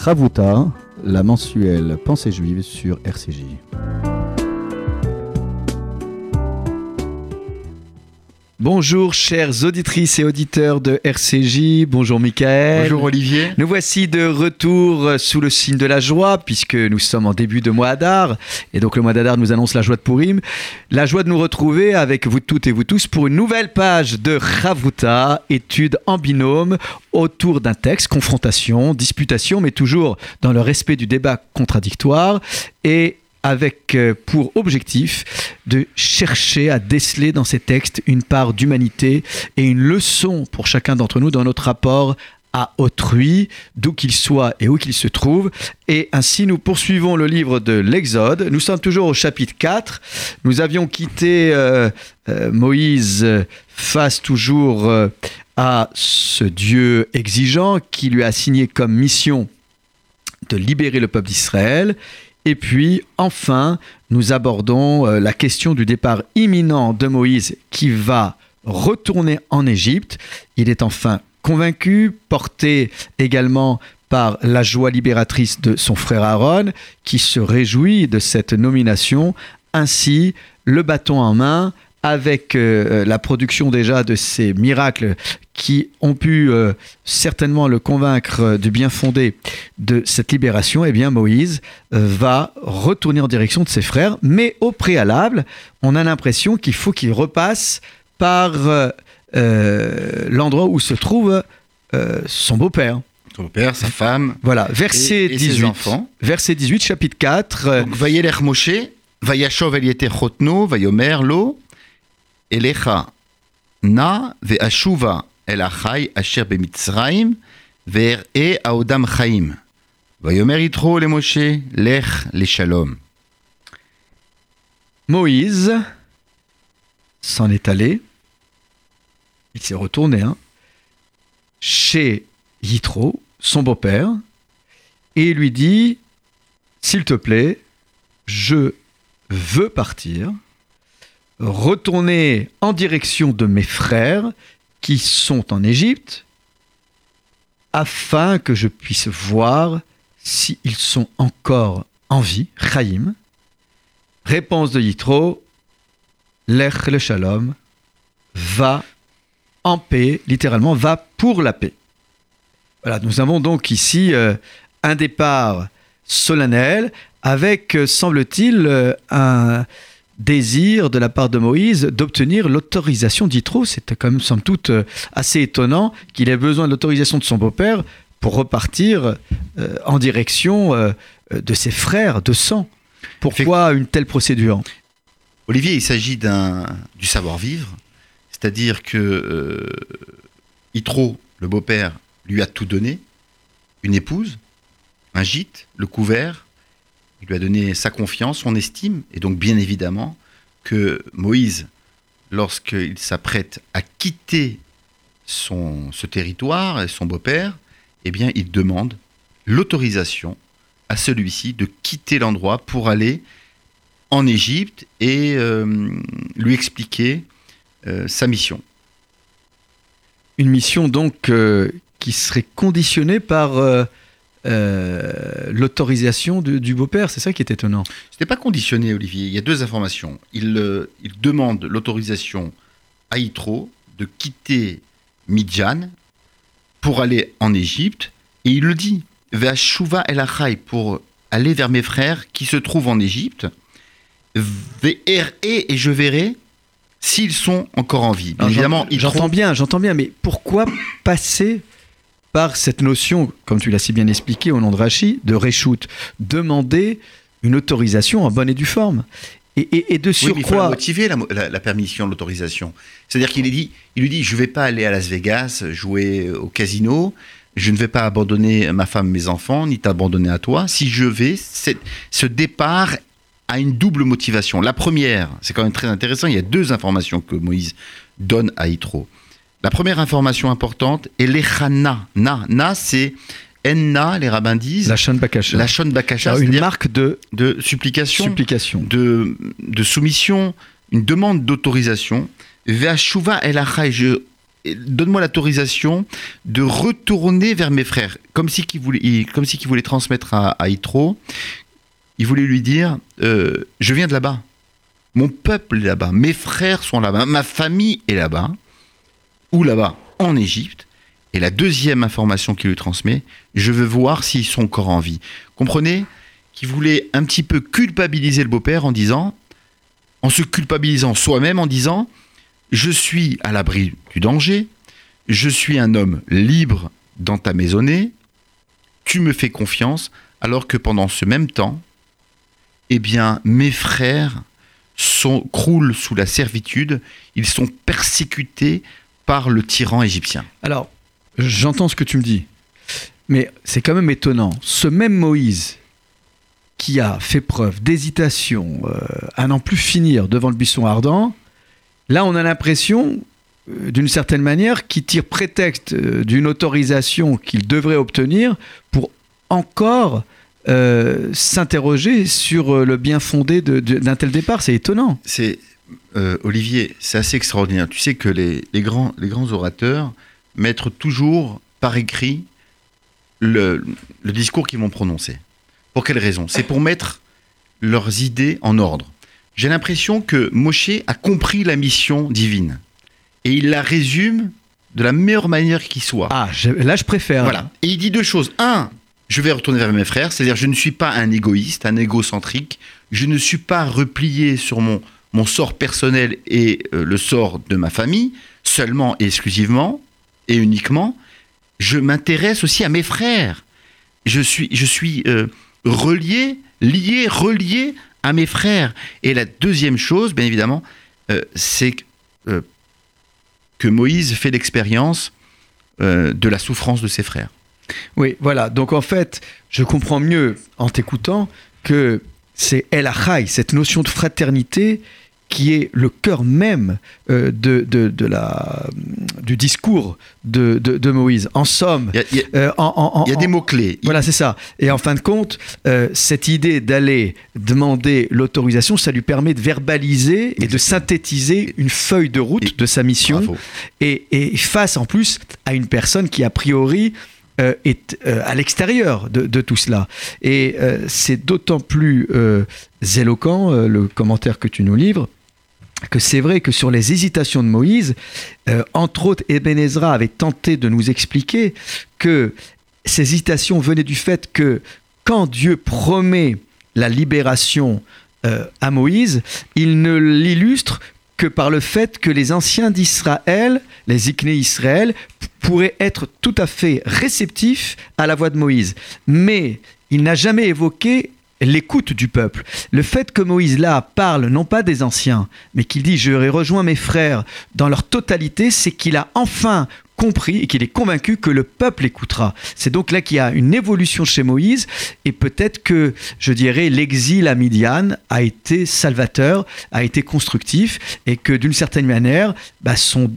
Chavruta, la mensuelle Pensée juive sur RCJ. Bonjour chères auditrices et auditeurs de RCJ, bonjour Michael. Bonjour Olivier. Nous voici de retour sous le signe de la joie puisque nous sommes en début de mois Adar et donc le mois d'Adar nous annonce la joie de Purim. La joie de nous retrouver avec vous toutes et vous tous pour une nouvelle page de Chavruta, étude en binôme autour d'un texte, confrontation, disputation mais toujours dans le respect du débat contradictoire et avec pour objectif de chercher à déceler dans ces textes une part d'humanité et une leçon pour chacun d'entre nous dans notre rapport à autrui, d'où qu'il soit et où qu'il se trouve. Et ainsi, nous poursuivons le livre de l'Exode. Nous sommes toujours au chapitre 4. Nous avions quitté Moïse face toujours à ce Dieu exigeant qui lui a assigné comme mission de libérer le peuple d'Israël. Et puis, enfin, nous abordons la question du départ imminent de Moïse qui va retourner en Égypte. Il est enfin convaincu, porté également par la joie libératrice de son frère Aaron, qui se réjouit de cette nomination. Ainsi, le bâton en main, avec la production déjà de ces miracles qui ont pu certainement le convaincre du bien fondé de cette libération, eh bien Moïse va retourner en direction de ses frères, mais au préalable, on a l'impression qu'il faut qu'il repasse par l'endroit où se trouve son beau-père. Son beau-père, sa femme, voilà, verset 18, ses enfants. Verset 18, chapitre 4. Donc, Vayelech Moshe, Vayashov el yeter chotno, Vayomer lo, Elecha na ve'ashuva el achai asher b'mitzrayim ve'er'e haodam chaim. Vayomer yitro le Moshe, lech le shalom. Moïse s'en est allé, il s'est retourné chez Yitro, son beau-père, et il lui dit « S'il te plaît, je veux partir, retourner en direction de mes frères qui sont en Égypte, afin que je puisse voir s'ils sont encore en vie, Chaim. » Réponse de Yitro, Lech le Shalom, va en paix, littéralement, va pour la paix. Voilà, nous avons donc ici un départ solennel avec, semble-t-il, un désir de la part de Moïse d'obtenir l'autorisation d'Yitro. C'est quand même, somme toute, assez étonnant qu'il ait besoin de l'autorisation de son beau-père pour repartir en direction de ses frères de sang. Pourquoi une telle procédure ? Olivier, il s'agit du savoir-vivre, c'est-à-dire que Yitro, le beau-père, lui a tout donné, une épouse, un gîte, le couvert, il lui a donné sa confiance, son estime, et donc bien évidemment que Moïse, lorsqu'il s'apprête à quitter ce territoire et son beau-père, eh bien il demande l'autorisation à celui-ci de quitter l'endroit pour aller en Égypte et lui expliquer sa mission. Une mission donc qui serait conditionnée par l'autorisation du beau-père, c'est ça qui est étonnant. Ce n'est pas conditionné, Olivier, il y a deux informations. Il demande l'autorisation à Yitro de quitter Midjan pour aller en Égypte et il le dit, Ve'ashuva el achai, pour aller vers mes frères qui se trouvent en Égypte, Ve'er'e, et je verrai s'ils sont encore en vie. Bien évidemment, j'entends bien, mais pourquoi passer par cette notion, comme tu l'as si bien expliqué au nom de Rachi, de reshoot, demander une autorisation en bonne et due forme. Et de surcroît... Oui, mais il faut motiver la permission, l'autorisation. C'est-à-dire qu'il lui dit, je ne vais pas aller à Las Vegas jouer au casino, je ne vais pas abandonner ma femme, mes enfants, ni t'abandonner à toi. Si je vais, ce départ a une double motivation. La première, c'est quand même très intéressant, il y a deux informations que Moïse donne à Yitro. La première information importante est l'Echana. Na, c'est Enna, les rabbins disent. La Shon Bakasha. La Shon Bakasha, alors, une marque de supplication. De soumission, une demande d'autorisation. Ve'ashuva el achai, donne-moi l'autorisation de retourner vers mes frères. Comme si qu'il voulait transmettre à Yitro, il voulait lui dire, je viens de là-bas. Mon peuple est là-bas, mes frères sont là-bas, ma famille est là-bas, ou là-bas, en Égypte. Et la deuxième information qu'il lui transmet, je veux voir s'ils sont encore en vie. Comprenez qu'il voulait un petit peu culpabiliser le beau-père en se culpabilisant soi-même, en disant, je suis à l'abri du danger, je suis un homme libre dans ta maisonnée, tu me fais confiance, alors que pendant ce même temps, eh bien, mes frères croulent sous la servitude, ils sont persécutés par le tyran égyptien. Alors, j'entends ce que tu me dis, mais c'est quand même étonnant. Ce même Moïse qui a fait preuve d'hésitation à n'en plus finir devant le buisson ardent, là on a l'impression, d'une certaine manière, qu'il tire prétexte d'une autorisation qu'il devrait obtenir pour encore s'interroger sur le bien fondé d'un tel départ. C'est étonnant. Olivier, c'est assez extraordinaire. Tu sais que les grands orateurs mettent toujours par écrit le discours qu'ils vont prononcer. Pour quelle raison ? C'est pour mettre leurs idées en ordre. J'ai l'impression que Moshe a compris la mission divine. Et il la résume de la meilleure manière qui soit. Là je préfère. Voilà. Et il dit deux choses. Un, je vais retourner vers mes frères, c'est-à-dire je ne suis pas un égoïste, un égocentrique. Je ne suis pas replié sur mon sort personnel et le sort de ma famille, seulement et exclusivement et uniquement. Je m'intéresse aussi à mes frères. Je suis relié à mes frères. Et la deuxième chose, bien évidemment, c'est que Moïse fait l'expérience de la souffrance de ses frères. Oui, voilà. Donc en fait, je comprends mieux en t'écoutant que c'est El Achai, cette notion de fraternité qui est le cœur même du discours de Moïse. En somme, il y a des mots-clés. Voilà, c'est ça. Et en fin de compte, cette idée d'aller demander l'autorisation, ça lui permet de verbaliser et de synthétiser une feuille de route de sa mission. Et face en plus à une personne qui a priori est à l'extérieur de tout cela. Et c'est d'autant plus éloquent, le commentaire que tu nous livres, que c'est vrai que sur les hésitations de Moïse, entre autres, Eben Ezra avait tenté de nous expliquer que ces hésitations venaient du fait que quand Dieu promet la libération à Moïse, il ne l'illustre que par le fait que les anciens d'Israël, les Ikné Israël, pourraient être tout à fait réceptifs à la voix de Moïse. Mais il n'a jamais évoqué l'écoute du peuple. Le fait que Moïse là parle non pas des anciens, mais qu'il dit « je rejoins mes frères » dans leur totalité, c'est qu'il a enfin compris et qu'il est convaincu que le peuple écoutera. C'est donc là qu'il y a une évolution chez Moïse et peut-être que, je dirais, l'exil à Midian a été salvateur, a été constructif et que d'une certaine manière, son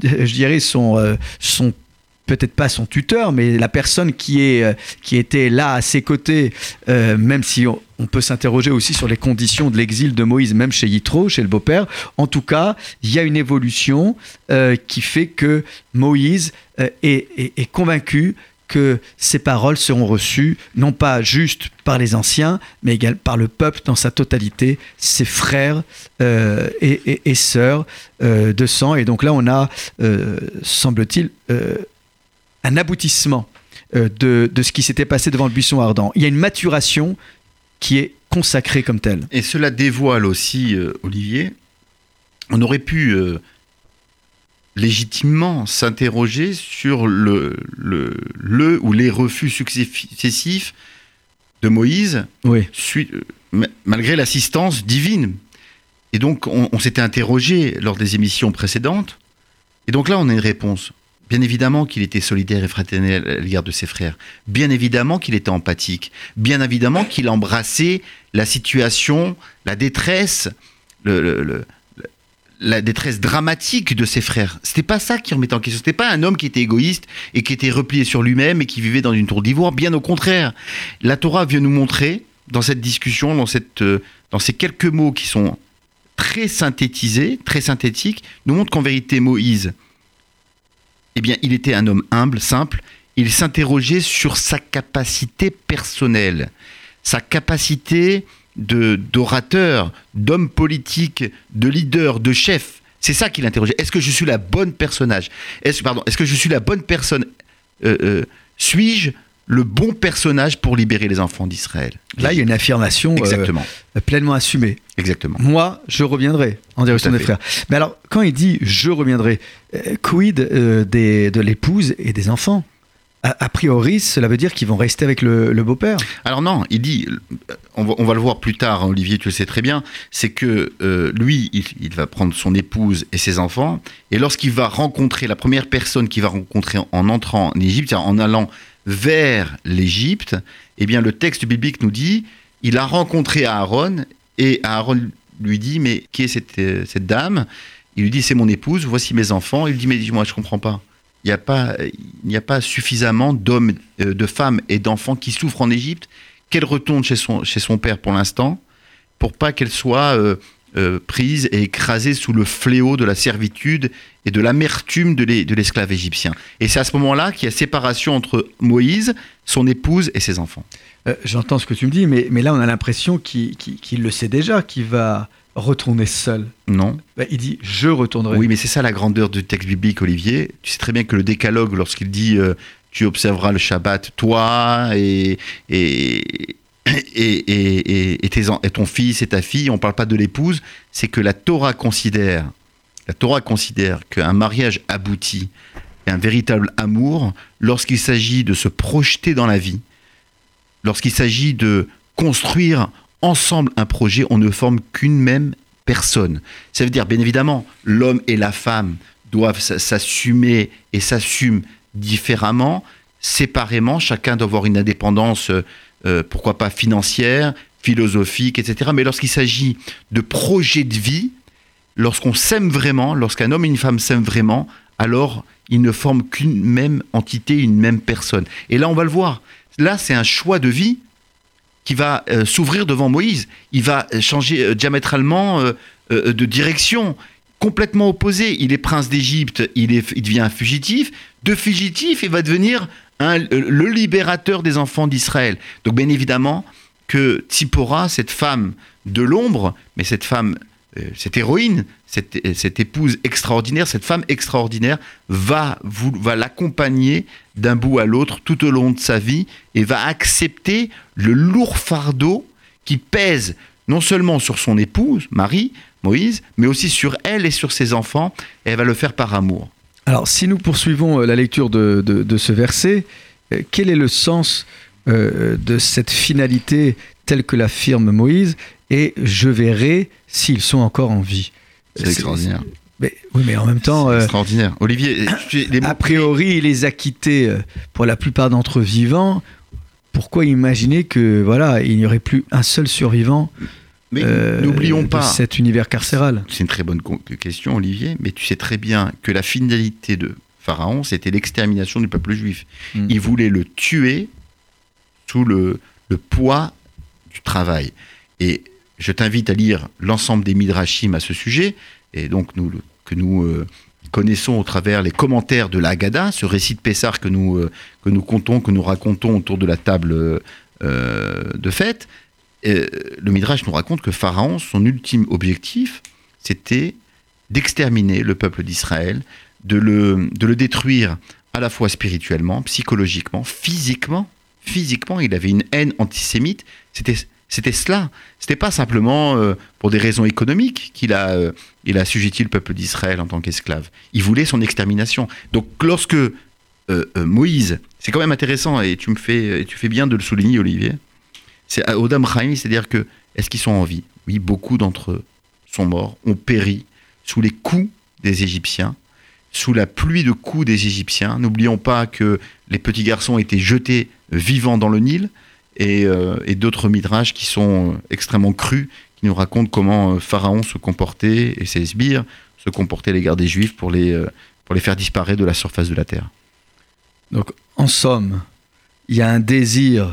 peut-être pas son tuteur, mais la personne qui était là à ses côtés, même si on peut s'interroger aussi sur les conditions de l'exil de Moïse, même chez Yitro, chez le beau-père. En tout cas, il y a une évolution qui fait que Moïse est convaincu que ces paroles seront reçues, non pas juste par les anciens, mais également par le peuple dans sa totalité, ses frères et sœurs de sang. Et donc là, on a, semble-t-il, un aboutissement de ce qui s'était passé devant le buisson ardent. Il y a une maturation qui est consacrée comme telle. Et cela dévoile aussi, Olivier, on aurait pu légitimement s'interroger sur le ou les refus successifs de Moïse, oui, malgré l'assistance divine. Et donc, on s'était interrogé lors des émissions précédentes, et donc là, on a une réponse. Bien évidemment qu'il était solidaire et fraternel à l'égard de ses frères. Bien évidemment qu'il était empathique. Bien évidemment qu'il embrassait la situation, la détresse, la détresse dramatique de ses frères. C'était pas ça qui remettait en question. C'était pas un homme qui était égoïste et qui était replié sur lui-même et qui vivait dans une tour d'ivoire. Bien au contraire. La Torah vient nous montrer, dans cette discussion, dans ces quelques mots qui sont très synthétisés, très synthétiques, nous montre qu'en vérité, Moïse, eh bien, il était un homme humble, simple. Il s'interrogeait sur sa capacité personnelle, sa capacité d'orateur, d'homme politique, de leader, de chef. C'est ça qu'il interrogeait. Est-ce que je suis la bonne personnage ? Est-ce que je suis la bonne personne ? Suis-je le bon personnage pour libérer les enfants d'Israël ? Là, il y a une affirmation pleinement assumée. Exactement. Moi, je reviendrai, en direction des frères. Mais alors, quand il dit « je reviendrai », quid de l'épouse et des enfants ? A priori, cela veut dire qu'ils vont rester avec le beau-père. Alors non, il dit, on va le voir plus tard, hein, Olivier, tu le sais très bien, c'est que lui, il va prendre son épouse et ses enfants, et lorsqu'il va rencontrer, la première personne qu'il va rencontrer en entrant en Égypte, en allant vers l'Égypte, eh bien le texte biblique nous dit, il a rencontré Aaron, et Aaron lui dit, mais qui est cette dame ? Il lui dit, c'est mon épouse, voici mes enfants. Il lui dit, mais dis-moi, je ne comprends pas. Il n'y a pas suffisamment d'hommes, de femmes et d'enfants qui souffrent en Égypte, qu'elle retourne chez son père pour l'instant, pour pas qu'elle soit prise et écrasée sous le fléau de la servitude et de l'amertume de l'esclave égyptien. Et c'est à ce moment-là qu'il y a séparation entre Moïse, son épouse et ses enfants. J'entends ce que tu me dis, mais là on a l'impression qu'il le sait déjà, qu'il va retourner seul. Non. Il dit « je retournerai ». Oui, mais c'est ça la grandeur du texte biblique, Olivier. Tu sais très bien que le décalogue, lorsqu'il dit tu observeras le Shabbat, toi et ton fils et ta fille, on ne parle pas de l'épouse, c'est que la Torah considère qu'un mariage abouti est un véritable amour lorsqu'il s'agit de se projeter dans la vie, lorsqu'il s'agit de construire ensemble un projet, on ne forme qu'une même personne. Ça veut dire, bien évidemment, l'homme et la femme doivent s'assumer et s'assument différemment, séparément. Chacun doit avoir une indépendance, pourquoi pas financière, philosophique, etc. Mais lorsqu'il s'agit de projets de vie, lorsqu'on s'aime vraiment, lorsqu'un homme et une femme s'aiment vraiment, alors ils ne forment qu'une même entité, une même personne. Et là, on va le voir. Là, c'est un choix de vie qui va s'ouvrir devant Moïse. Il va changer diamétralement de direction, complètement opposé. Il est prince d'Égypte, il devient un fugitif. De fugitif, il va devenir le libérateur des enfants d'Israël. Donc bien évidemment que Tzipora, cette femme de l'ombre, mais cette femme, cette héroïne, cette épouse extraordinaire, cette femme extraordinaire, va l'accompagner d'un bout à l'autre tout au long de sa vie et va accepter le lourd fardeau qui pèse non seulement sur son épouse, Marie, Moïse, mais aussi sur elle et sur ses enfants, et elle va le faire par amour. Alors, si nous poursuivons la lecture de ce verset, quel est le sens de cette finalité telle que l'affirme Moïse, et je verrai s'ils sont encore en vie? C'est extraordinaire. Oui, mais en même temps... C'est extraordinaire. Olivier, a priori, il les a quittés pour la plupart d'entre eux vivants. Pourquoi imaginer que il n'y aurait plus un seul survivant n'oublions pas, de cet univers carcéral? C'est une très bonne question, Olivier, mais tu sais très bien que la finalité de Pharaon, c'était l'extermination du peuple juif. Il voulait le tuer sous le poids du travail. Et je t'invite à lire l'ensemble des Midrashim à ce sujet, et donc que nous connaissons au travers les commentaires de la Haggadah, ce récit de Pessah que nous racontons autour de la table de fête. Le Midrash nous raconte que Pharaon, son ultime objectif, c'était d'exterminer le peuple d'Israël, de le détruire à la fois spirituellement, psychologiquement, physiquement. Il avait une haine antisémite. C'était cela. C'était pas simplement pour des raisons économiques qu'il a assujetti le peuple d'Israël en tant qu'esclave. Il voulait son extermination. Donc lorsque Moïse, c'est quand même intéressant, et tu fais bien de le souligner, Olivier, c'est Odam Chaim, c'est-à-dire que, est-ce qu'ils sont en vie ? Oui, beaucoup d'entre eux sont morts, ont péri sous les coups des Égyptiens, sous la pluie de coups des Égyptiens. N'oublions pas que les petits garçons étaient jetés vivants dans le Nil, et d'autres midrash qui sont extrêmement crus, qui nous racontent comment Pharaon se comportait, et ses sbires se comportaient à l'égard des Juifs pour les faire disparaître de la surface de la terre. Donc, en somme, il y a un désir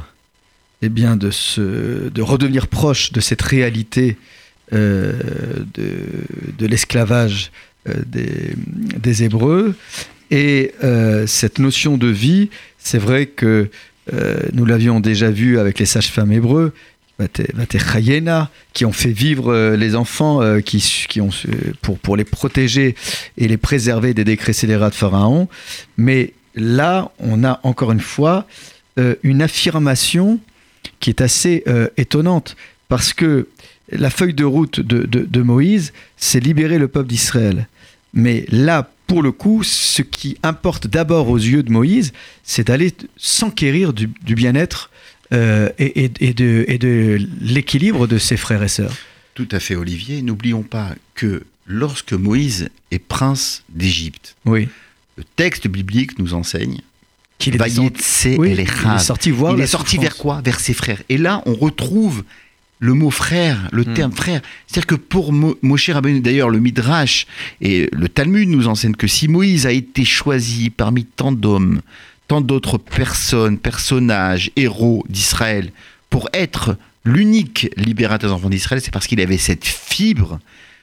de redevenir proche de cette réalité de l'esclavage des Hébreux, Et cette notion de vie, c'est vrai que nous l'avions déjà vu avec les sages-femmes hébreux, Vatechayena, qui ont fait vivre les enfants qui ont, pour les protéger et les préserver des décrets scélérats de Pharaon. Mais là, on a encore une fois une affirmation qui est assez étonnante, parce que la feuille de route de Moïse, c'est libérer le peuple d'Israël. Mais là, pour le coup, ce qui importe d'abord aux yeux de Moïse, c'est d'aller s'enquérir du bien-être et de l'équilibre de ses frères et sœurs. Tout à fait, Olivier. N'oublions pas que lorsque Moïse est prince d'Égypte, oui, le texte biblique nous enseigne qu'il est sorti voir il est sorti vers quoi? Vers ses frères. Et là, on retrouve le mot frère, le terme frère. C'est-à-dire que pour Moshe Rabbeinu, d'ailleurs, le Midrash et le Talmud nous enseignent que si Moïse a été choisi parmi tant d'hommes, tant d'autres personnages, héros d'Israël, pour être l'unique libérateur des enfants d'Israël, c'est parce qu'il avait cette fibre,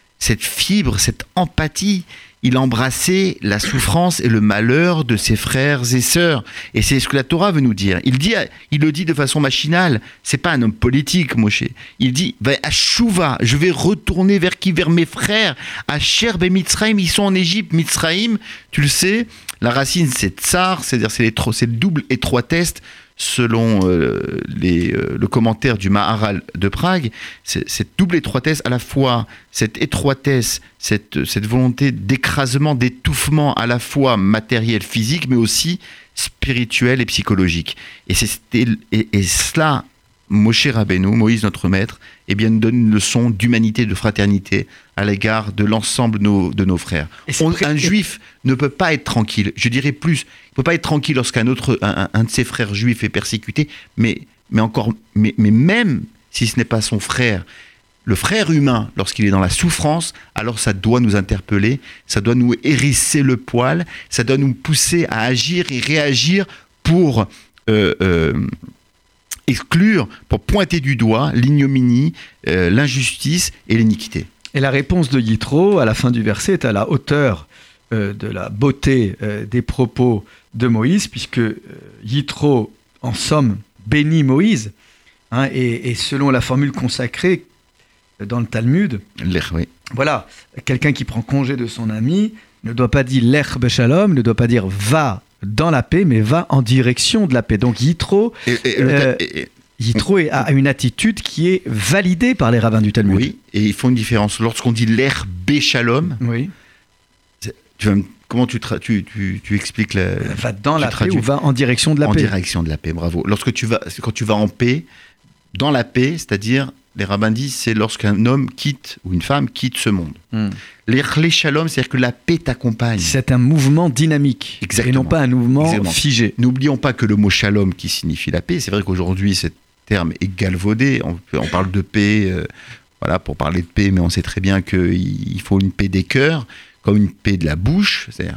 cette empathie. Il embrassait la souffrance et le malheur de ses frères et sœurs. Et c'est ce que la Torah veut nous dire. Il le dit de façon machinale. C'est pas un homme politique, Moshe. Il dit, Ashuva, je vais retourner vers qui? Vers mes frères. Asher be Mitzrayim, ils sont en Égypte. Mitzrayim, tu le sais, la racine c'est tsar, c'est-à-dire c'est le double étroitesse. Selon le commentaire du Maharal de Prague, cette double étroitesse, à la fois cette étroitesse, cette volonté d'écrasement, d'étouffement, à la fois matériel, physique, mais aussi spirituel et psychologique. Et cela, Moshe Rabbeinu, Moïse notre maître, eh bien, nous donne une leçon d'humanité, de fraternité à l'égard de l'ensemble de nos frères. Un juif ne peut pas être tranquille. Je dirais plus, il ne peut pas être tranquille lorsqu'un autre, un de ses frères juifs est persécuté, mais même si ce n'est pas son frère, le frère humain, lorsqu'il est dans la souffrance, alors ça doit nous interpeller, ça doit nous hérisser le poil, ça doit nous pousser à agir et réagir pour exclure, pour pointer du doigt l'ignominie, l'injustice et l'iniquité. Et la réponse de Yitro, à la fin du verset, est à la hauteur de la beauté des propos de Moïse, puisque Yitro, en somme, bénit Moïse, hein, et selon la formule consacrée dans le Talmud, oui. Voilà, quelqu'un qui prend congé de son ami ne doit pas dire l'ech beshalom, ne doit pas dire va dans la paix, mais va en direction de la paix. Donc Yitro a une attitude qui est validée par les rabbins du Talmud. Oui, et ils font une différence. Lorsqu'on dit l'ech beshalom, oui. Comment tu expliques va dans la paix ou va en direction de la paix. En direction de la paix, bravo. Quand tu vas en paix, dans la paix, c'est-à-dire, les rabbins disent, c'est lorsqu'un homme quitte, ou une femme quitte ce monde. Les shalom, c'est-à-dire que la paix t'accompagne. C'est un mouvement dynamique. Exactement. Et non pas un mouvement figé. N'oublions pas que le mot shalom, qui signifie la paix, c'est vrai qu'aujourd'hui, ce terme est galvaudé. On parle de paix, voilà, pour parler de paix, mais on sait très bien qu'il faut une paix des cœurs, comme une paix de la bouche, c'est-à-dire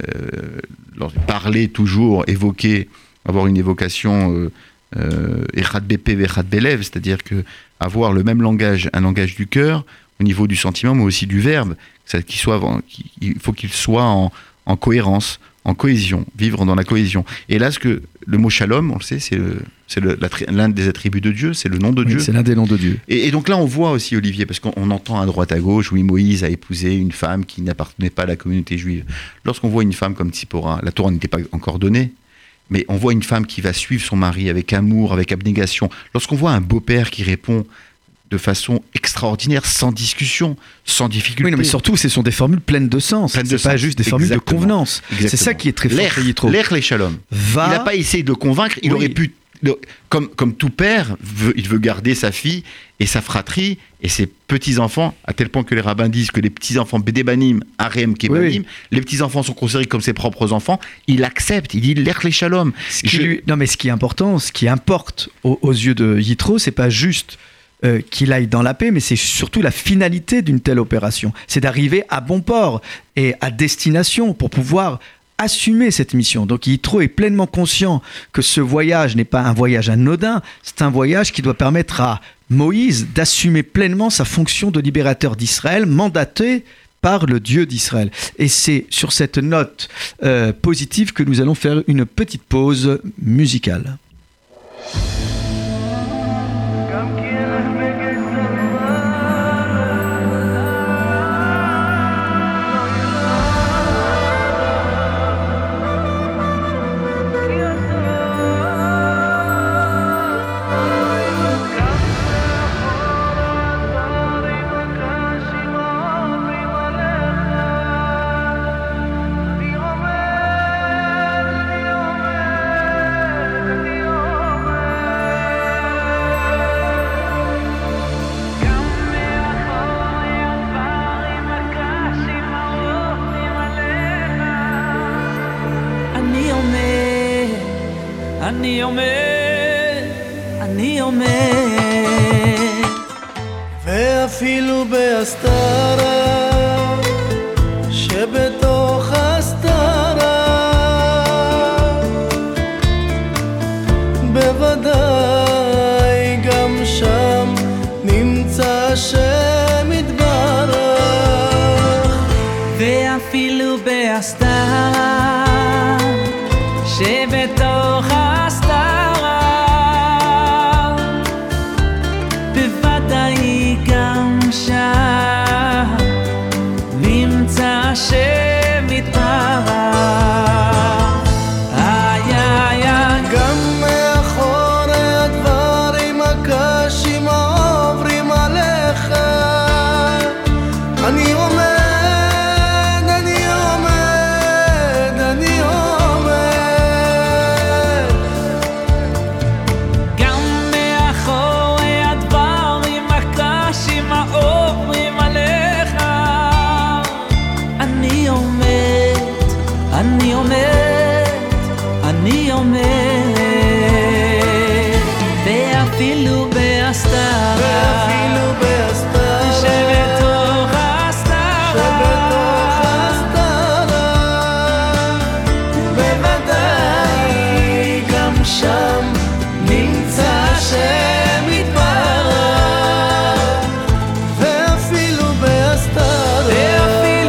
parler toujours, évoquer, avoir une évocation Echad Bepé, Echad Belev, c'est-à-dire que avoir le même langage, un langage du cœur, au niveau du sentiment, mais aussi du verbe, il faut qu'il soit en cohérence, en cohésion, vivre dans la cohésion. Et là, le mot shalom, on le sait, c'est l'un des attributs de Dieu, c'est le nom de Dieu. C'est l'un des noms de Dieu. Et donc là, on voit aussi, Olivier, parce qu'on entend à droite à gauche, oui, Moïse a épousé une femme qui n'appartenait pas à la communauté juive. Lorsqu'on voit une femme comme Tzipora, la Torah n'était pas encore donnée, mais on voit une femme qui va suivre son mari avec amour, avec abnégation. Lorsqu'on voit un beau-père qui répond de façon extraordinaire, sans discussion, sans difficulté. Oui, mais surtout, ce sont des formules pleines de sens. C'est pas juste des formules de convenance. Exactement. C'est ça qui est très fort. L'Ech les shalom. Il n'a pas essayé de le convaincre. Il aurait pu, comme tout père, il veut garder sa fille et sa fratrie et ses petits-enfants, à tel point que les rabbins disent que les petits-enfants Bédébanim, Harem, Kébanim, les petits-enfants sont considérés comme ses propres enfants. Il accepte, il dit l'Ech les shalom. Non, mais ce qui est important, ce qui importe aux yeux de Yitro, c'est pas juste qu'il aille dans la paix, mais c'est surtout la finalité d'une telle opération. C'est d'arriver à bon port et à destination pour pouvoir assumer cette mission. Donc Yitro est pleinement conscient que ce voyage n'est pas un voyage anodin, c'est un voyage qui doit permettre à Moïse d'assumer pleinement sa fonction de libérateur d'Israël, mandaté par le Dieu d'Israël. Et c'est sur cette note positive que nous allons faire une petite pause musicale. אני עומד ואפילו בהסתרה שבתוך הסתרה בוודאי גם שם נמצא השם יתברך ואפילו בהסתרה שבתוך הסתרה בוודאי גם שם נמצא השם יתברך גם מאחורי הדברים הקשים העוברים עליך אני עומד אני עומד ואפילו בהסתרה שבתוך הסתרה בוודאי גם שם נמצא השם יתברך ואפילו בהסתרה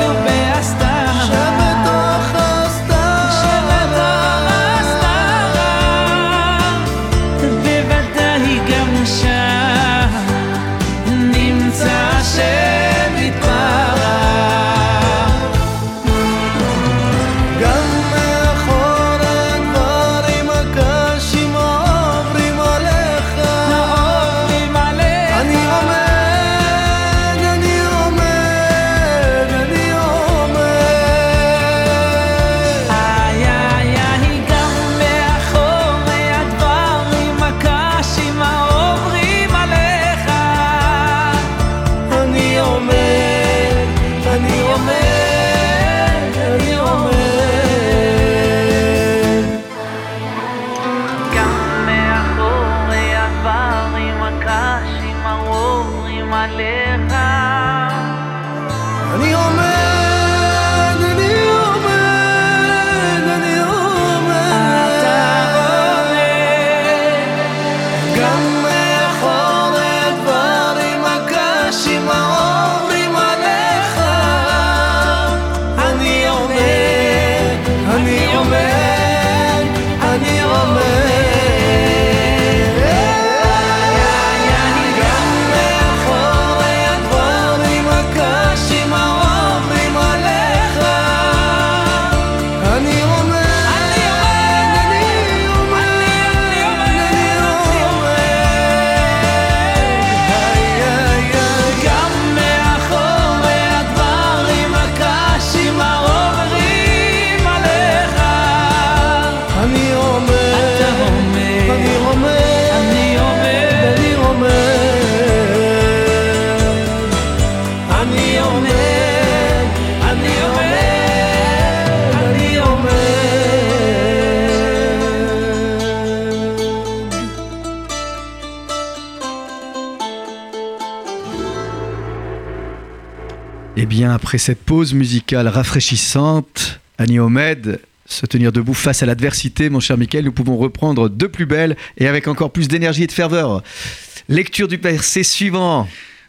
Et bien, après cette pause musicale rafraîchissante, Ani Omed, se tenir debout face à l'adversité, mon cher Mickaël, nous pouvons reprendre de plus belle et avec encore plus d'énergie et de ferveur. Lecture du verset suivant.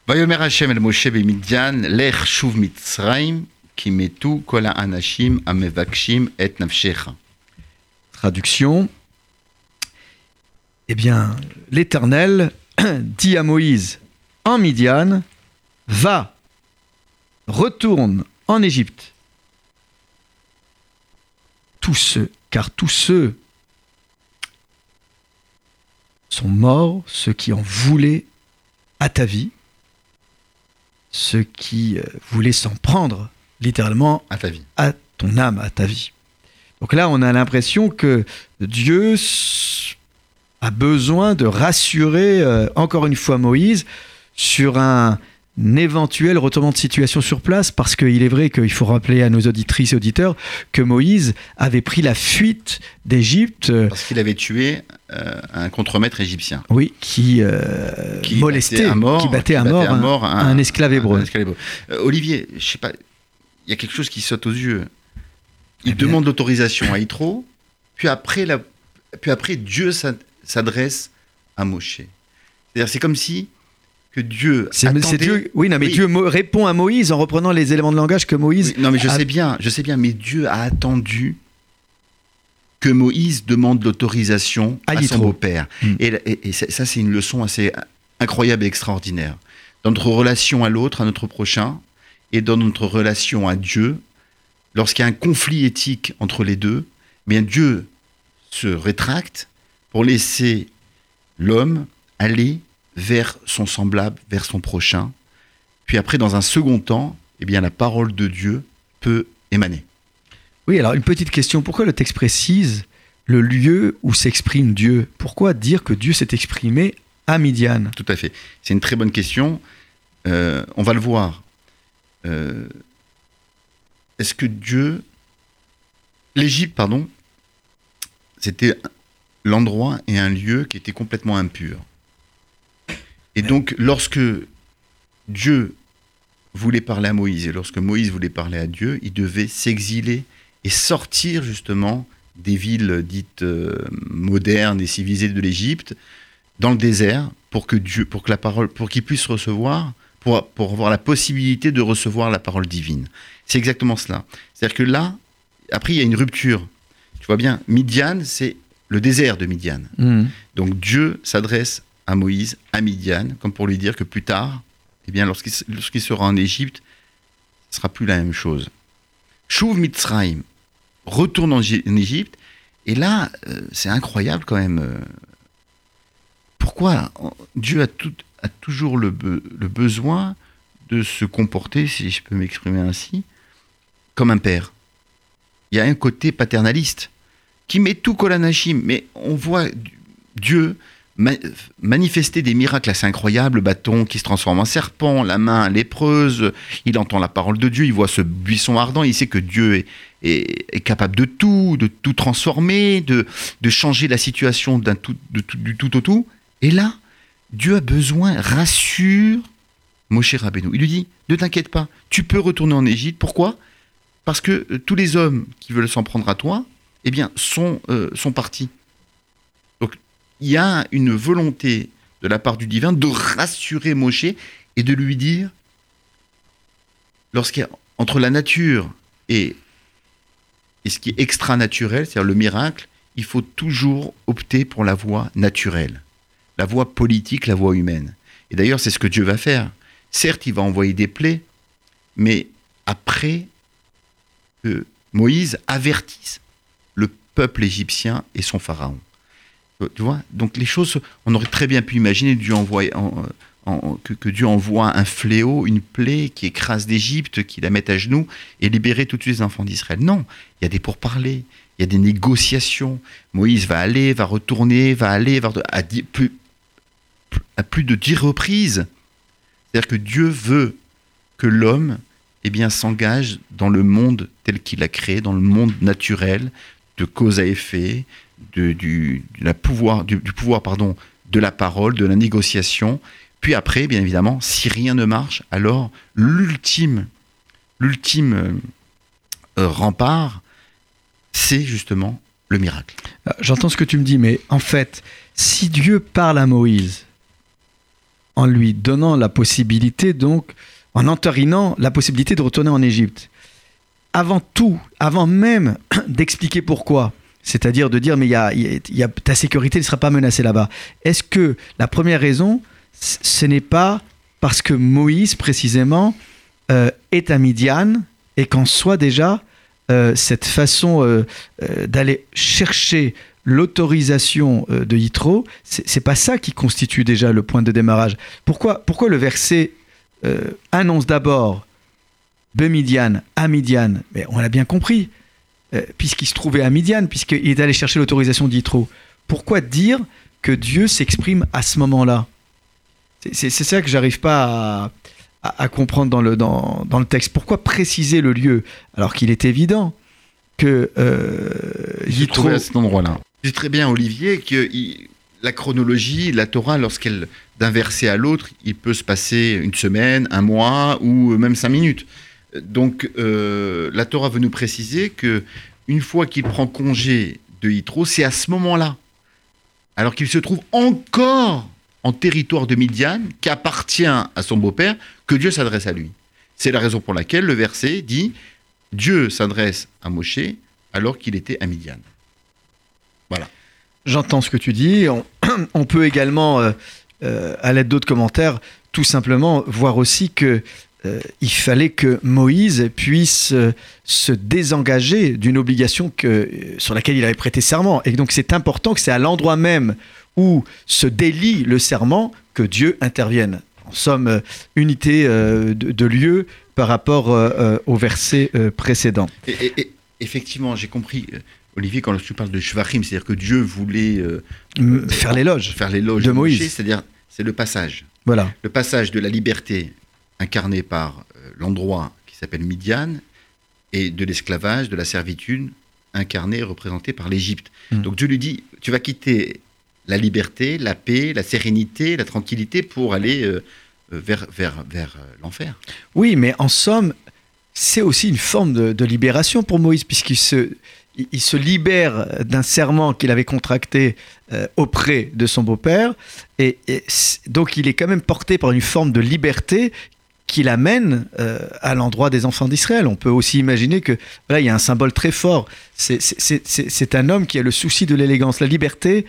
Vayomer Hashem el Moshe b'Midian, lech shuv Mitzrayim, ki metu kol ha'anashim hamevakshim et nafshecha. Traduction. Eh bien, l'Éternel dit à Moïse en Midian, va, retourne en Égypte. Car tous ceux sont morts, ceux qui en voulaient à ta vie, ceux qui voulaient s'en prendre littéralement À ta vie. à ton âme, à ta vie. Donc là, on a l'impression que Dieu a besoin de rassurer encore une fois Moïse sur un éventuel retournement de situation sur place, parce qu'il est vrai qu'il faut rappeler à nos auditrices et auditeurs que Moïse avait pris la fuite d'Égypte, Parce qu'il avait tué un contremaître égyptien. oui, qui molestait, battait à mort un esclave hébreu. Olivier, je sais pas, il y a quelque chose qui saute aux yeux. Il Eh bien. demande l'autorisation à Yitro, puis après Dieu s'adresse à Moshe. C'est-à-dire, c'est comme si que Dieu C'est attendait... Dieu, oui, non, mais Oui. Dieu répond à Moïse en reprenant les éléments de langage que Moïse. Oui, non, mais je a- sais bien, mais Dieu a attendu que Moïse demande l'autorisation À à son Yitro. beau-père. Mm. Et ça, c'est une leçon assez incroyable et extraordinaire. Dans notre relation à l'autre, à notre prochain, et dans notre relation à Dieu, lorsqu'il y a un conflit éthique entre les deux, eh bien Dieu se rétracte pour laisser l'homme aller vers son semblable, vers son prochain. Puis après, dans un second temps, eh bien la parole de Dieu peut émaner. Oui, alors une petite question. Pourquoi le texte précise le lieu où s'exprime Dieu? Pourquoi dire que Dieu s'est exprimé à Midian? Tout à fait. C'est une très bonne question. On va le voir. Est-ce que Dieu... L'Égypte, pardon, c'était l'endroit et un lieu qui était complètement impur. Et donc, lorsque Dieu voulait parler à Moïse et lorsque Moïse voulait parler à Dieu, il devait s'exiler et sortir justement des villes dites modernes et civilisées de l'Égypte dans le désert pour que la parole, pour qu'il puisse recevoir, pour avoir la possibilité de recevoir la parole divine. C'est exactement cela. C'est-à-dire que là, après, il y a une rupture. Tu vois bien, Midian, c'est le désert de Midian. Donc Dieu s'adresse à Moïse, à Midian, comme pour lui dire que plus tard, eh bien, lorsqu'il sera en Égypte, ce ne sera plus la même chose. Shuv Mitzrayim retourne en Égypte, et là, c'est incroyable quand même. Pourquoi Dieu a toujours le besoin de se comporter, si je peux m'exprimer ainsi, comme un père. Il y a un côté paternaliste qui met tout kolanachim, mais on voit Dieu manifester des miracles assez incroyables, le bâton qui se transforme en serpent, la main lépreuse, il entend la parole de Dieu, il voit ce buisson ardent, il sait que Dieu est capable de tout transformer, de changer la situation du tout au tout. Et là, Dieu a besoin, rassure Moshe Rabbeinu. Il lui dit, ne t'inquiète pas, tu peux retourner en Égypte. Pourquoi ? Parce que tous les hommes qui veulent s'en prendre à toi, eh bien, sont partis. Donc, il y a une volonté de la part du divin de rassurer Moshe et de lui dire, lorsqu'il y a entre la nature et ce qui est extra-naturel, c'est-à-dire le miracle, il faut toujours opter pour la voie naturelle, la voie politique, la voie humaine. Et d'ailleurs, c'est ce que Dieu va faire. Certes, il va envoyer des plaies, mais après que Moïse avertisse le peuple égyptien et son pharaon. Tu vois ? Donc les choses, on aurait très bien pu imaginer que Dieu envoie un fléau, une plaie qui écrase l'Égypte, qui la mette à genoux et libérer tous les enfants d'Israël. Non, il y a des pourparlers, il y a des négociations. Moïse va aller, va retourner, à plus de 10 reprises. C'est-à-dire que Dieu veut que l'homme s'engage dans le monde tel qu'il a créé, dans le monde naturel, de cause à effet, du pouvoir de la parole, de la négociation. Puis après, bien évidemment, si rien ne marche, alors l'ultime rempart, c'est justement le miracle. J'entends ce que tu me dis, mais en fait, si Dieu parle à Moïse en lui donnant la possibilité, donc, en entérinant la possibilité de retourner en Égypte. Avant tout, avant même d'expliquer pourquoi, c'est-à-dire de dire, mais ta sécurité ne sera pas menacée là-bas. Est-ce que la première raison, ce n'est pas parce que Moïse, précisément, est à Midian et qu'en soit déjà cette façon d'aller chercher l'autorisation de Yitro, c'est pas ça qui constitue déjà le point de démarrage. Pourquoi le verset annonce d'abord Bemidian, à Midian? Mais on l'a bien compris, puisqu'il se trouvait à Midian, puisqu'il est allé chercher l'autorisation d'Yitro. Pourquoi dire que Dieu s'exprime à ce moment-là? C'est ça que j'arrive pas à comprendre dans le texte. Pourquoi préciser le lieu alors qu'il est évident que Yitro... à cet endroit-là. C'est très bien, Olivier, que la chronologie, la Torah, d'un verset à l'autre, il peut se passer une semaine, un mois ou même 5 minutes. Donc, la Torah veut nous préciser que une fois qu'il prend congé de Yitro, c'est à ce moment-là, alors qu'il se trouve encore en territoire de Midian, qui appartient à son beau-père, que Dieu s'adresse à lui. C'est la raison pour laquelle le verset dit « Dieu s'adresse à Moshe alors qu'il était à Midian ». Voilà. J'entends ce que tu dis. On peut également, à l'aide d'autres commentaires, tout simplement voir aussi que il fallait que Moïse puisse se désengager d'une obligation sur laquelle il avait prêté serment. Et donc c'est important que c'est à l'endroit même où se délie le serment que Dieu intervienne. En somme, unité de lieu par rapport au verset précédent. Et effectivement, j'ai compris, Olivier, quand tu parles de Shvachim, c'est-à-dire que Dieu voulait faire l'éloge de Moïse, c'est-à-dire c'est le passage. Voilà. Le passage de la liberté incarnée par l'endroit qui s'appelle Midian et de l'esclavage, de la servitude incarnée et représentée par l'Égypte. Donc Dieu lui dit, tu vas quitter la liberté, la paix, la sérénité, la tranquillité pour aller vers l'enfer. Oui, mais en somme, c'est aussi une forme de libération pour Moïse, puisqu'il se libère d'un serment qu'il avait contracté auprès de son beau-père, et donc il est quand même porté par une forme de liberté qui l'amène à l'endroit des enfants d'Israël. On peut aussi imaginer que là, il y a un symbole très fort. C'est un homme qui a le souci de l'élégance. La liberté,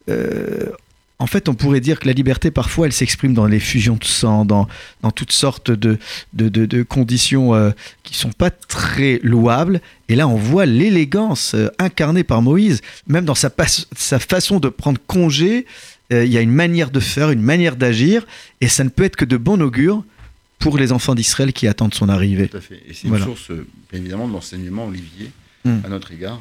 en fait, on pourrait dire que la liberté, parfois, elle s'exprime dans les fusions de sang, dans toutes sortes de conditions qui ne sont pas très louables. Et là, on voit l'élégance incarnée par Moïse, même dans sa façon de prendre congé. Il y a une manière de faire, une manière d'agir, et ça ne peut être que de bon augure pour les enfants d'Israël qui attendent son arrivée. Tout à fait. Et c'est une source, bien évidemment, d'enseignement, Olivier, à notre égard.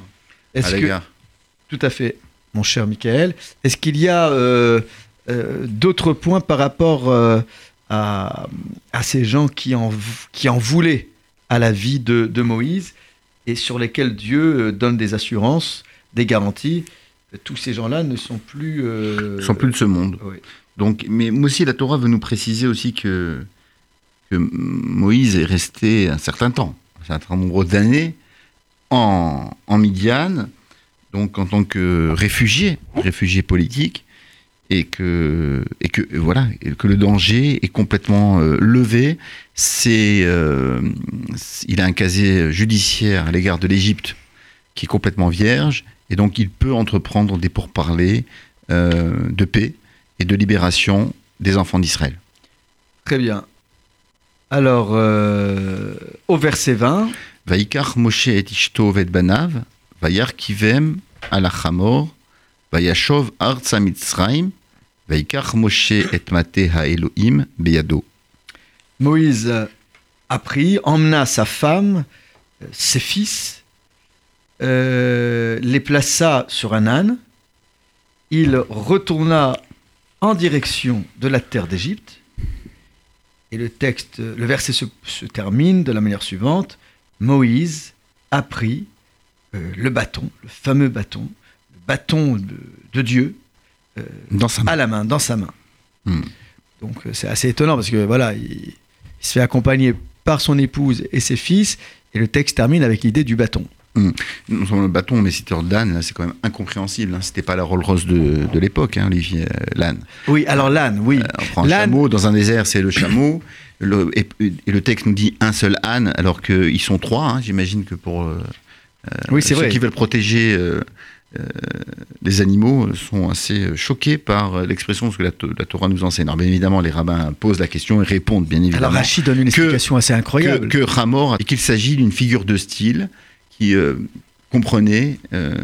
Tout à fait, mon cher Michael. Est-ce qu'il y a d'autres points par rapport à ces gens qui en voulaient à la vie de Moïse et sur lesquels Dieu donne des assurances, des garanties? Tous ces gens-là ne sont plus... sont plus de ce monde. Oui. Donc, mais aussi, la Torah veut nous préciser aussi que Moïse est resté un certain temps, un certain nombre d'années en Midian, donc en tant que réfugié politique, et que le danger est complètement levé. Il a un casier judiciaire à l'égard de l'Égypte qui est complètement vierge, et donc il peut entreprendre des pourparlers de paix et de libération des enfants d'Israël. Très bien. Alors, au verset 20... Vaikach Moshe et Ishto vet banav, vayarkivem al achamor, vayashov artsa Mitzrayim, vaikach Moshe et mate ha-Elohim beyado. Moïse a pris, emmena sa femme, ses fils, les plaça sur un âne. Il retourna en direction de la terre d'Égypte. Et le verset se termine de la manière suivante. Moïse a pris le bâton, le fameux bâton, le bâton de Dieu, dans sa main. Donc c'est assez étonnant parce que voilà, il se fait accompagner par son épouse et ses fils, et le texte termine avec l'idée du bâton. Non seulement le bâton, mais cette d'âne, là, c'est quand même incompréhensible. Hein. C'était pas la Rolls-Royce de l'époque, hein, Olivier, l'âne. Oui, alors l'âne, oui. On prend un chameau, dans un désert, c'est le chameau. Et le texte nous dit un seul âne, alors qu'ils sont 3. Hein. J'imagine que pour oui, c'est ceux vrai. qui veulent protéger les animaux sont assez choqués par l'expression, ce que la Torah nous enseigne. Alors, bien évidemment, les rabbins posent la question et répondent, bien évidemment. Alors Rachid donne une explication assez incroyable. Que Hamor, et qu'il s'agit d'une figure de style qui comprenait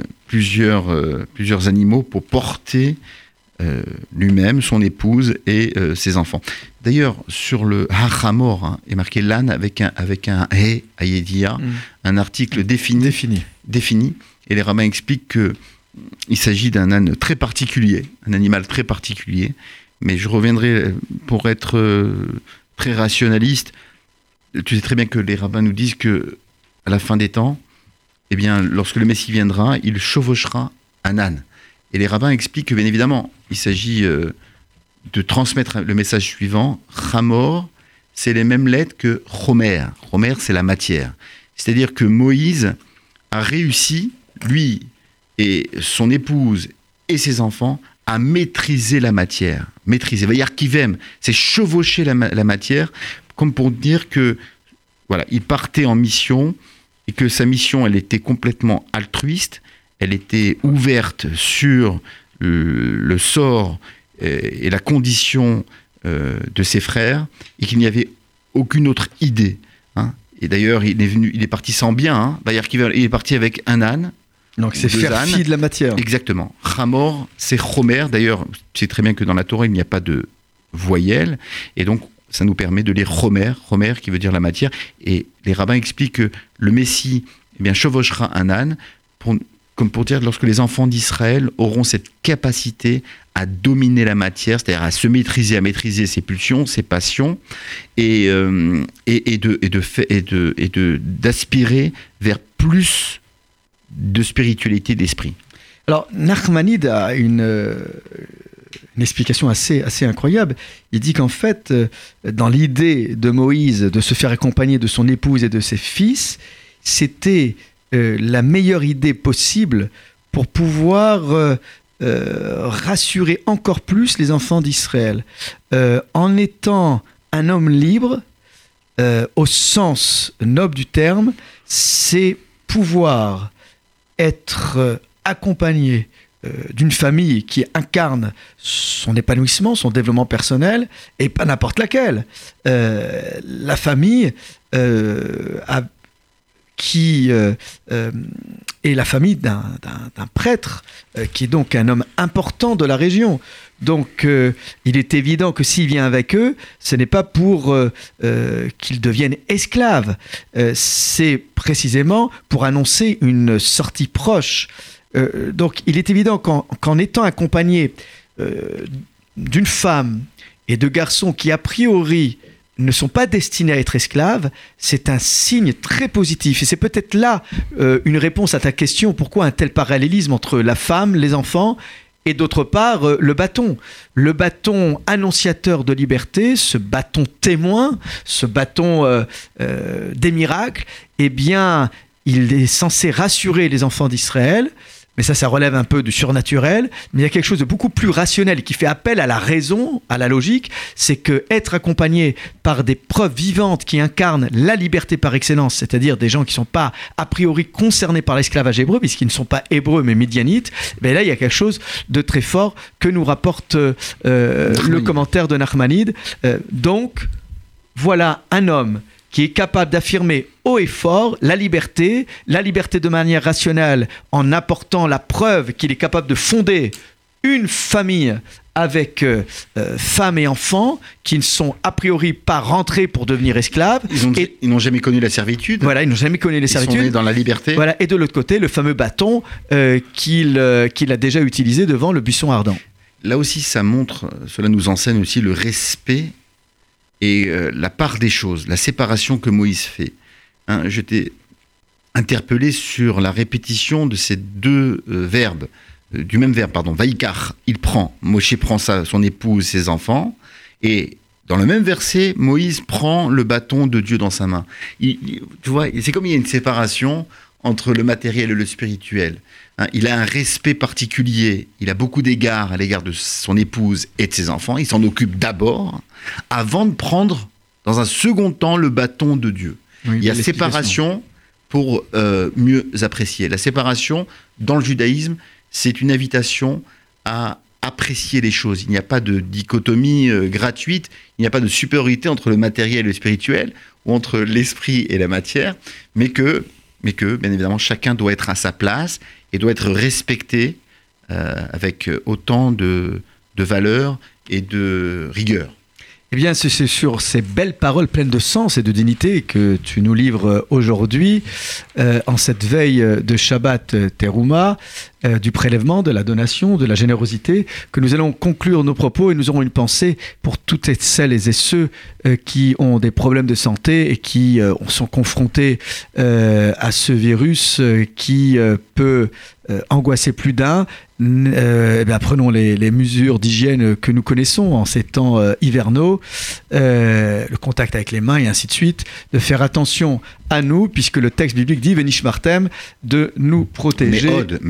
plusieurs animaux pour porter lui-même, son épouse et ses enfants. D'ailleurs, sur le Hamor est marqué l'âne avec un He, Ayedia, un article défini. Et les rabbins expliquent qu'il s'agit d'un âne très particulier, un animal très particulier. Mais je reviendrai pour être très rationaliste. Tu sais très bien que les rabbins nous disent que à la fin des temps, eh bien, lorsque le Messie viendra, il chevauchera un âne. Et les rabbins expliquent que, bien évidemment, il s'agit de transmettre le message suivant. Hamor, c'est les mêmes lettres que Homer. Homer, c'est la matière. C'est-à-dire que Moïse a réussi, lui et son épouse et ses enfants, à maîtriser la matière. Maîtriser. Vayarkivem, c'est chevaucher la matière, comme pour dire que, voilà, il partait en mission et que sa mission, elle était complètement altruiste, elle était ouverte sur le sort et la condition de ses frères, et qu'il n'y avait aucune autre idée. Hein. Et d'ailleurs, il est parti sans bien. Hein. Il est parti avec un âne. Donc c'est faire fi de la matière. Exactement. Hamor, c'est Homer. D'ailleurs, tu sais très bien que dans la Torah, il n'y a pas de voyelle. Et donc, ça nous permet de lire Homer qui veut dire la matière. Et les rabbins expliquent que le Messie chevauchera un âne, comme pour dire, lorsque les enfants d'Israël auront cette capacité à dominer la matière, c'est-à-dire à se maîtriser, à maîtriser ses pulsions, ses passions, et d'aspirer vers plus de spiritualité d'esprit. Alors, Nachmanide a une explication assez incroyable. Il dit qu'en fait, dans l'idée de Moïse de se faire accompagner de son épouse et de ses fils, c'était la meilleure idée possible pour pouvoir rassurer encore plus les enfants d'Israël. En étant un homme libre, au sens noble du terme, c'est pouvoir être accompagné d'une famille qui incarne son épanouissement, son développement personnel, et pas n'importe laquelle. La famille qui est la famille d'un prêtre, qui est donc un homme important de la région. Donc, il est évident que s'il vient avec eux, ce n'est pas pour qu'ils deviennent esclaves. C'est précisément pour annoncer une sortie proche. Donc, il est évident qu'en étant accompagné d'une femme et de garçons qui, a priori, ne sont pas destinés à être esclaves, c'est un signe très positif. Et c'est peut-être là une réponse à ta question, pourquoi un tel parallélisme entre la femme, les enfants, et d'autre part, le bâton annonciateur de liberté, ce bâton témoin, ce bâton des miracles, eh bien, il est censé rassurer les enfants d'Israël. Mais ça relève un peu du surnaturel, mais il y a quelque chose de beaucoup plus rationnel qui fait appel à la raison, à la logique, c'est que être accompagné par des preuves vivantes qui incarnent la liberté par excellence, c'est-à-dire des gens qui ne sont pas a priori concernés par l'esclavage hébreu, puisqu'ils ne sont pas hébreux mais midianites, ben là il y a quelque chose de très fort que nous rapporte le commentaire de Nachmanide. Donc, voilà un homme qui est capable d'affirmer haut et fort la liberté de manière rationnelle, en apportant la preuve qu'il est capable de fonder une famille avec femmes et enfants qui ne sont a priori pas rentrés pour devenir esclaves. Ils n'ont jamais connu la servitude. Voilà, ils n'ont jamais connu les servitudes. Ils sont nés dans la liberté. Voilà, et de l'autre côté, le fameux bâton qu'il a déjà utilisé devant le buisson ardent. Là aussi, cela nous enseigne aussi le respect et la part des choses, la séparation que Moïse fait. Hein, je t'ai interpellé sur la répétition de ces deux verbes, du même verbe, Vaikar, Moshe prend son épouse, ses enfants, et dans le même verset, Moïse prend le bâton de Dieu dans sa main. Tu vois, c'est comme il y a une séparation entre le matériel et le spirituel. Hein, il a un respect particulier, il a beaucoup d'égards à l'égard de son épouse et de ses enfants. Il s'en occupe d'abord, avant de prendre, dans un second temps, le bâton de Dieu. Oui, il y a séparation pour mieux apprécier. La séparation, dans le judaïsme, c'est une invitation à apprécier les choses. Il n'y a pas de dichotomie gratuite, il n'y a pas de supériorité entre le matériel et le spirituel, ou entre l'esprit et la matière, mais que, bien évidemment, chacun doit être à sa place et doit être respecté avec autant de valeur et de rigueur. Eh bien, c'est sur ces belles paroles pleines de sens et de dignité que tu nous livres aujourd'hui, en cette veille de Shabbat Teruma, du prélèvement, de la donation, de la générosité, que nous allons conclure nos propos et nous aurons une pensée pour toutes celles et ceux qui ont des problèmes de santé et qui sont confrontés à ce virus qui peut angoisser plus d'un. Eh bien, prenons les mesures d'hygiène que nous connaissons en ces temps hivernaux, le contact avec les mains et ainsi de suite, de faire attention à nous, puisque le texte biblique dit Venishmartem, de nous protéger.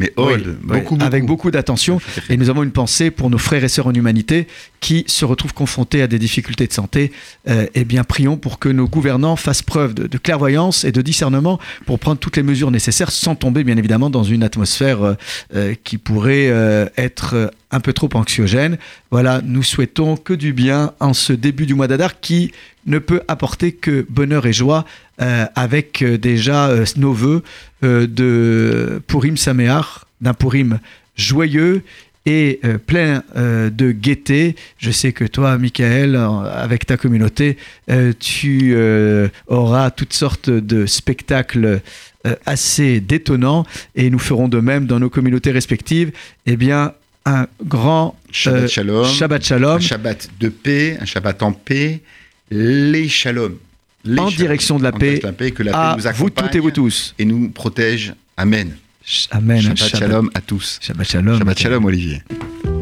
Avec beaucoup d'attention. Et nous avons une pensée pour nos frères et sœurs en humanité qui se retrouvent confrontés à des difficultés de santé. Eh bien, prions pour que nos gouvernants fassent preuve de clairvoyance et de discernement pour prendre toutes les mesures nécessaires sans tomber, bien évidemment, dans une atmosphère qui pourrait être un peu trop anxiogène. Voilà, nous souhaitons que du bien en ce début du mois d'Adar qui ne peut apporter que bonheur et joie avec déjà nos vœux de Purim Sameach, d'un Purim joyeux et plein de gaieté. Je sais que toi, Michael, avec ta communauté, tu auras toutes sortes de spectacles assez détonnants et nous ferons de même dans nos communautés respectives. Eh bien, un grand Shabbat Shalom, un Shabbat de paix, un Shabbat en paix, les Shalom. En direction de la paix, que la paix nous accompagne vous toutes et vous tous. Et nous protège. Amen. Amen. Shabbat Shalom à tous. Shabbat Shalom. Shabbat Shalom, Olivier.